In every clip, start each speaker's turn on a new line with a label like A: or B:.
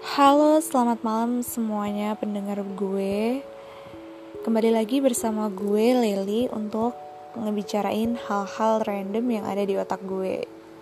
A: Halo, selamat malam semuanya pendengar gue. Kembali lagi bersama gue, Leli, untuk ngebicarain hal-hal random yang ada di otak gue.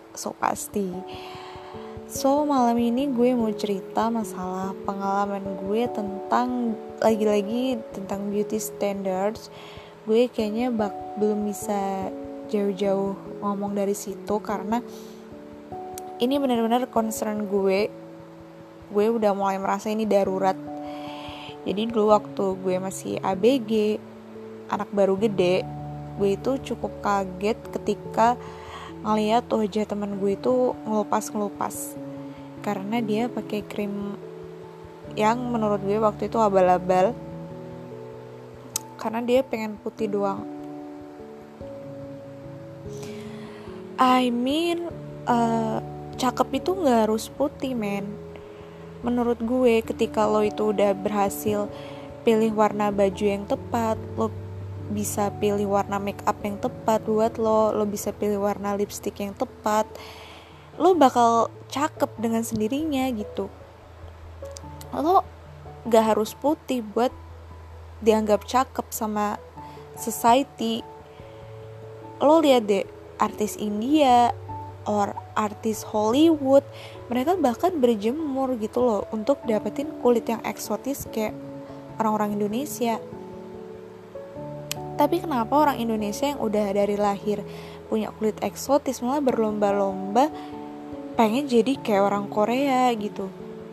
A: So, malam ini gue mau cerita masalah pengalaman gue tentang, lagi-lagi tentang beauty standards. Gue kayaknya belum bisa jauh-jauh ngomong dari situ karena ini benar-benar concern gue udah mulai merasa ini darurat. Jadi dulu waktu gue masih ABG, anak baru gede, gue itu cukup kaget ketika ngeliat wajah teman gue itu ngelupas karena dia pakai krim yang menurut gue waktu itu abal-abal karena dia pengen putih doang. Cakep itu gak harus putih, men. Menurut gue ketika lo itu udah berhasil pilih warna baju yang tepat, lo bisa pilih warna make up yang tepat buat lo bisa pilih warna lipstick yang tepat, lo bakal cakep dengan sendirinya gitu. Lo gak harus putih buat dianggap cakep sama society. Lo lihat deh artis India or artis Hollywood, mereka bahkan berjemur gitu loh untuk dapetin kulit yang eksotis kayak orang-orang Indonesia. Tapi kenapa orang Indonesia yang udah dari lahir punya kulit eksotis malah berlomba-lomba pengen jadi kayak orang Korea gitu?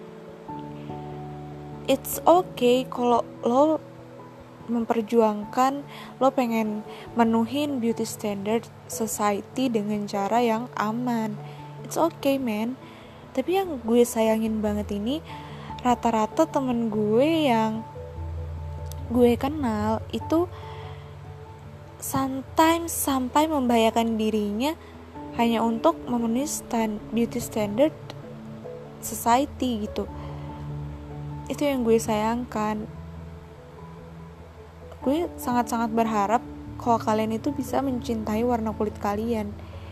A: It's okay kalau lo memperjuangkan, lo pengen menuhin beauty standard society dengan cara yang aman. It's okay, man. Tapi yang gue sayangin banget ini, rata-rata temen gue yang gue kenal itu sometimes sampai membahayakan dirinya hanya untuk memenuhi beauty standard society gitu. Itu yang gue sayangkan. Gue sangat-sangat berharap kalau kalian itu bisa mencintai warna kulit kalian.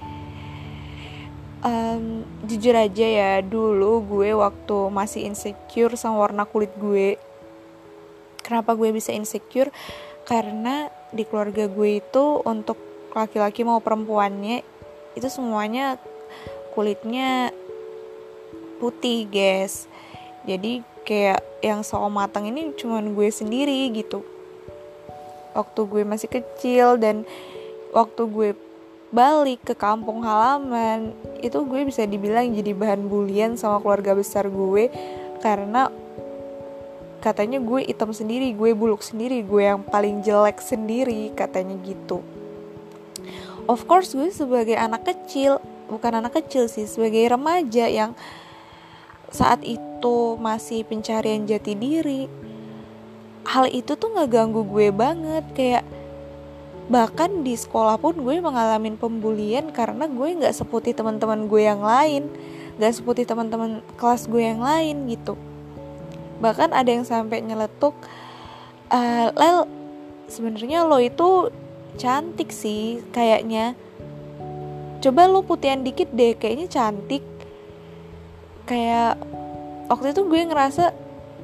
A: Jujur aja ya, dulu gue waktu masih insecure sama warna kulit gue. Kenapa gue bisa insecure? Karena di keluarga gue itu untuk laki-laki mau perempuannya itu semuanya kulitnya putih, guys. Jadi kayak yang matang ini cuman gue sendiri gitu. Waktu gue masih kecil dan waktu gue balik ke kampung halaman, itu gue bisa dibilang jadi bahan bulian sama keluarga besar gue karena katanya gue hitam sendiri, gue buluk sendiri, gue yang paling jelek sendiri, katanya gitu. Of course gue sebagai anak kecil, bukan anak kecil sih, sebagai remaja yang saat itu masih pencarian jati diri, hal itu tuh gak ganggu gue banget. Kayak bahkan di sekolah pun gue mengalami pembulian karena gue gak seputih teman-teman gue yang lain, gak seputih teman-teman kelas gue yang lain gitu. Bahkan ada yang sampai nyeletuk, Lel, sebenarnya lo itu cantik sih kayaknya, coba lo putihan dikit deh, kayaknya cantik. Kayak waktu itu gue ngerasa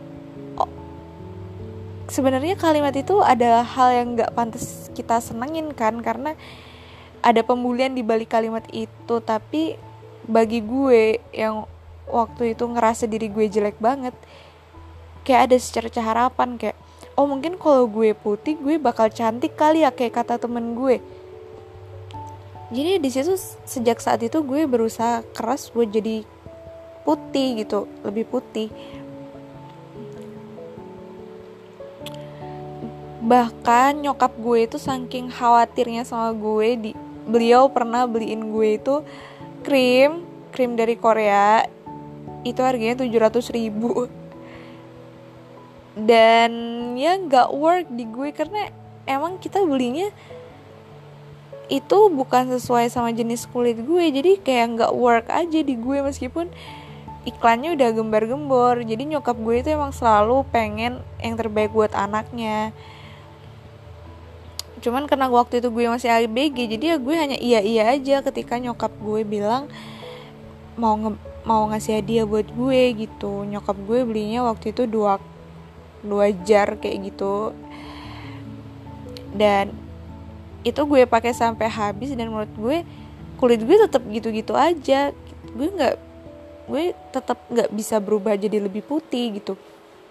A: sebenarnya kalimat itu ada hal yang gak pantas kita senengin kan, karena ada pembulian di balik kalimat itu. Tapi bagi gue yang waktu itu ngerasa diri gue jelek banget, kayak ada secercah harapan kayak, oh mungkin kalau gue putih gue bakal cantik kali ya kayak kata temen gue. Jadi di situ sejak saat itu gue berusaha keras buat jadi putih gitu, lebih putih. Bahkan nyokap gue itu saking khawatirnya sama gue, beliau pernah beliin gue itu krim dari Korea, itu harganya 700.000 dan ya gak work di gue karena emang kita belinya itu bukan sesuai sama jenis kulit gue, jadi kayak gak work aja di gue meskipun iklannya udah gembar-gembor. Jadi nyokap gue itu emang selalu pengen yang terbaik buat anaknya. Cuman karena waktu itu gue masih ABG, jadi ya gue hanya iya aja ketika nyokap gue bilang mau ngasih hadiah buat gue gitu. Nyokap gue belinya waktu itu dua jar kayak gitu, dan itu gue pakai sampai habis, dan menurut gue kulit gue tetap gitu-gitu aja. Gue tetap nggak bisa berubah jadi lebih putih gitu.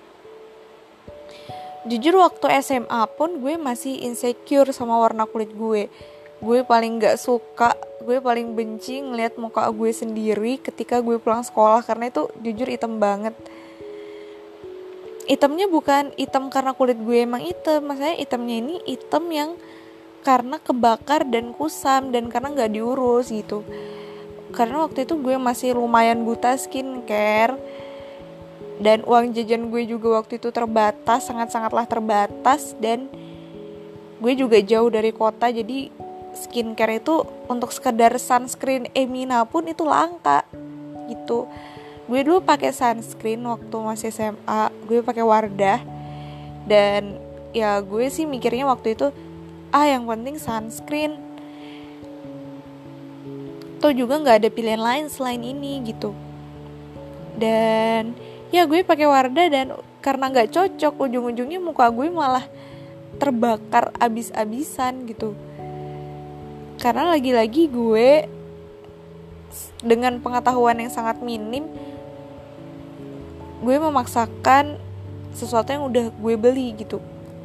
A: Jujur waktu SMA pun gue masih insecure sama warna kulit gue. Gue paling gak suka, gue paling benci ngeliat muka gue sendiri ketika gue pulang sekolah, karena itu jujur hitam banget. Hitamnya bukan hitam karena kulit gue emang hitam, maksudnya hitamnya ini hitam yang karena kebakar dan kusam, dan karena gak diurus gitu. Karena waktu itu gue masih lumayan buta skincare, dan uang jajan gue juga waktu itu terbatas, sangat-sangatlah terbatas, dan gue juga jauh dari kota, jadi skincare itu untuk sekedar sunscreen Emina pun itu langka gitu. Gue dulu pakai sunscreen waktu masih SMA, gue pakai Wardah, dan ya gue sih mikirnya waktu itu yang penting sunscreen, tuh juga nggak ada pilihan lain selain ini gitu. Dan ya gue pakai Wardah, dan karena nggak cocok, ujung-ujungnya muka gue malah terbakar abis-abisan gitu. Karena lagi-lagi gue dengan pengetahuan yang sangat minim, gue memaksakan sesuatu yang udah gue beli gitu.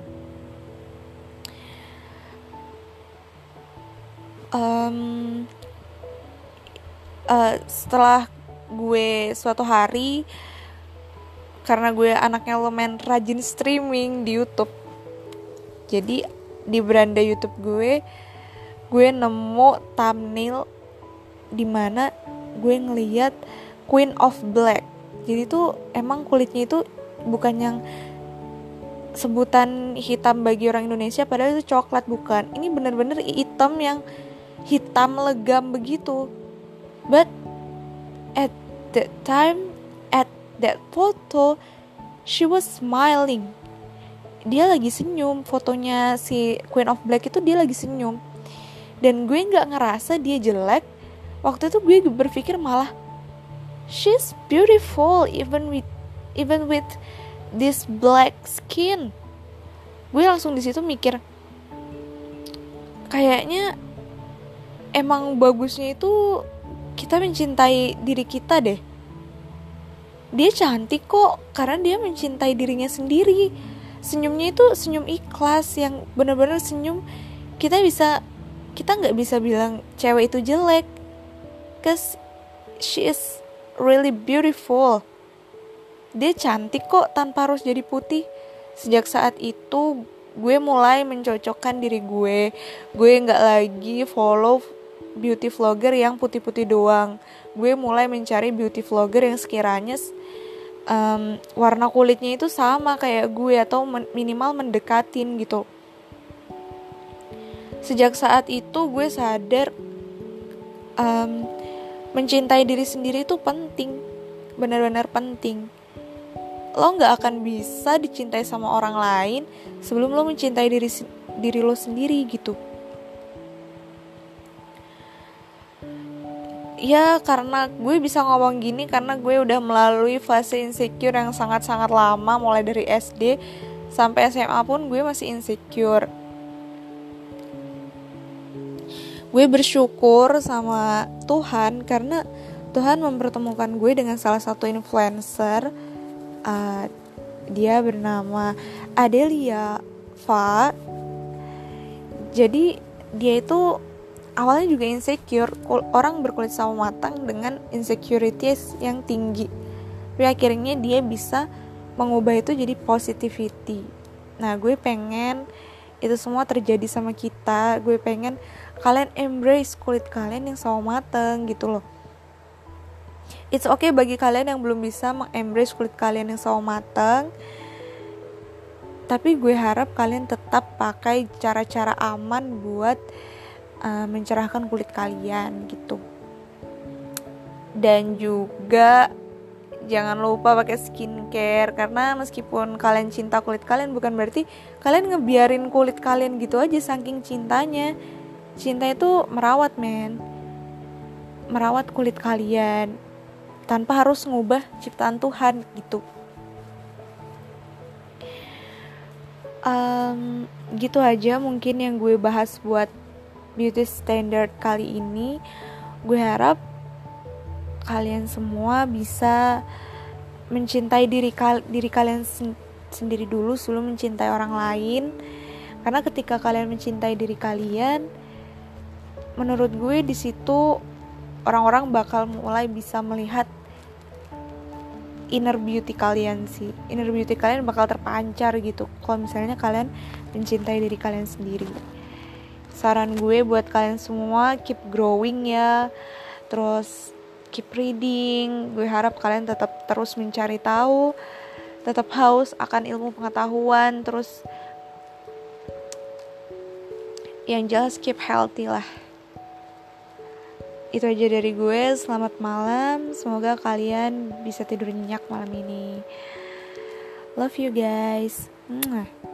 A: Setelah gue suatu hari, karena gue anaknya lumayan rajin streaming di YouTube, jadi di beranda YouTube gue nemu thumbnail dimana gue ngeliat Queen of Black. Jadi tuh emang kulitnya itu bukan yang sebutan hitam bagi orang Indonesia, padahal itu coklat, bukan. Ini bener-bener hitam yang hitam legam begitu. But at that time, at that photo, she was smiling. Dia lagi senyum. Fotonya si Queen of Black itu dia lagi senyum. Dan gue gak ngerasa dia jelek. Waktu itu gue berpikir malah, she's beautiful even with this black skin. Gue langsung di situ mikir, kayaknya emang bagusnya itu kita mencintai diri kita deh. Dia cantik kok karena dia mencintai dirinya sendiri. Senyumnya itu senyum ikhlas, yang benar-benar senyum kita nggak bisa bilang cewek itu jelek, cause she is really beautiful. Dia cantik kok tanpa harus jadi putih. Sejak saat itu gue mulai mencocokkan diri gue nggak lagi follow beauty vlogger yang putih-putih doang. Gue mulai mencari beauty vlogger yang sekiranya warna kulitnya itu sama kayak gue, atau minimal mendekatin gitu. Sejak saat itu gue sadar mencintai diri sendiri itu penting, benar-benar penting. Lo gak akan bisa dicintai sama orang lain sebelum lo mencintai diri lo sendiri gitu. Ya karena gue bisa ngomong gini karena gue udah melalui fase insecure yang sangat-sangat lama. Mulai dari SD sampai SMA pun gue masih insecure. Gue bersyukur sama Tuhan karena Tuhan mempertemukan gue dengan salah satu influencer. Dia bernama Adelia Fa. Jadi dia itu awalnya juga insecure, orang berkulit sawo matang dengan insecurities yang tinggi. Tapi akhirnya dia bisa mengubah itu jadi positivity. Nah, gue pengen itu semua terjadi sama kita. Gue pengen kalian embrace kulit kalian yang sawo matang gitu loh. It's okay bagi kalian yang belum bisa mengembrace kulit kalian yang sawo matang. Tapi gue harap kalian tetap pakai cara-cara aman buat mencerahkan kulit kalian gitu. Dan juga jangan lupa pakai skincare, karena meskipun kalian cinta kulit kalian bukan berarti kalian ngebiarin kulit kalian gitu aja saking cintanya. Cinta itu merawat kulit kalian. tanpa harus ngubah ciptaan Tuhan gitu. Gitu aja mungkin yang gue bahas buat beauty standard kali ini. Gue harap kalian semua bisa mencintai diri kalian sendiri dulu sebelum mencintai orang lain. Karena ketika kalian mencintai diri kalian, menurut gue di situ orang-orang bakal mulai bisa melihat inner beauty kalian sih. Inner beauty kalian bakal terpancar gitu kalau misalnya kalian mencintai diri kalian sendiri. Saran gue buat kalian semua, keep growing ya. Terus keep reading. Gue harap kalian tetap terus mencari tahu, tetap haus akan ilmu pengetahuan. Terus yang jelas keep healthy lah. Itu aja dari gue. Selamat malam. Semoga kalian bisa tidur nyenyak malam ini. Love you guys.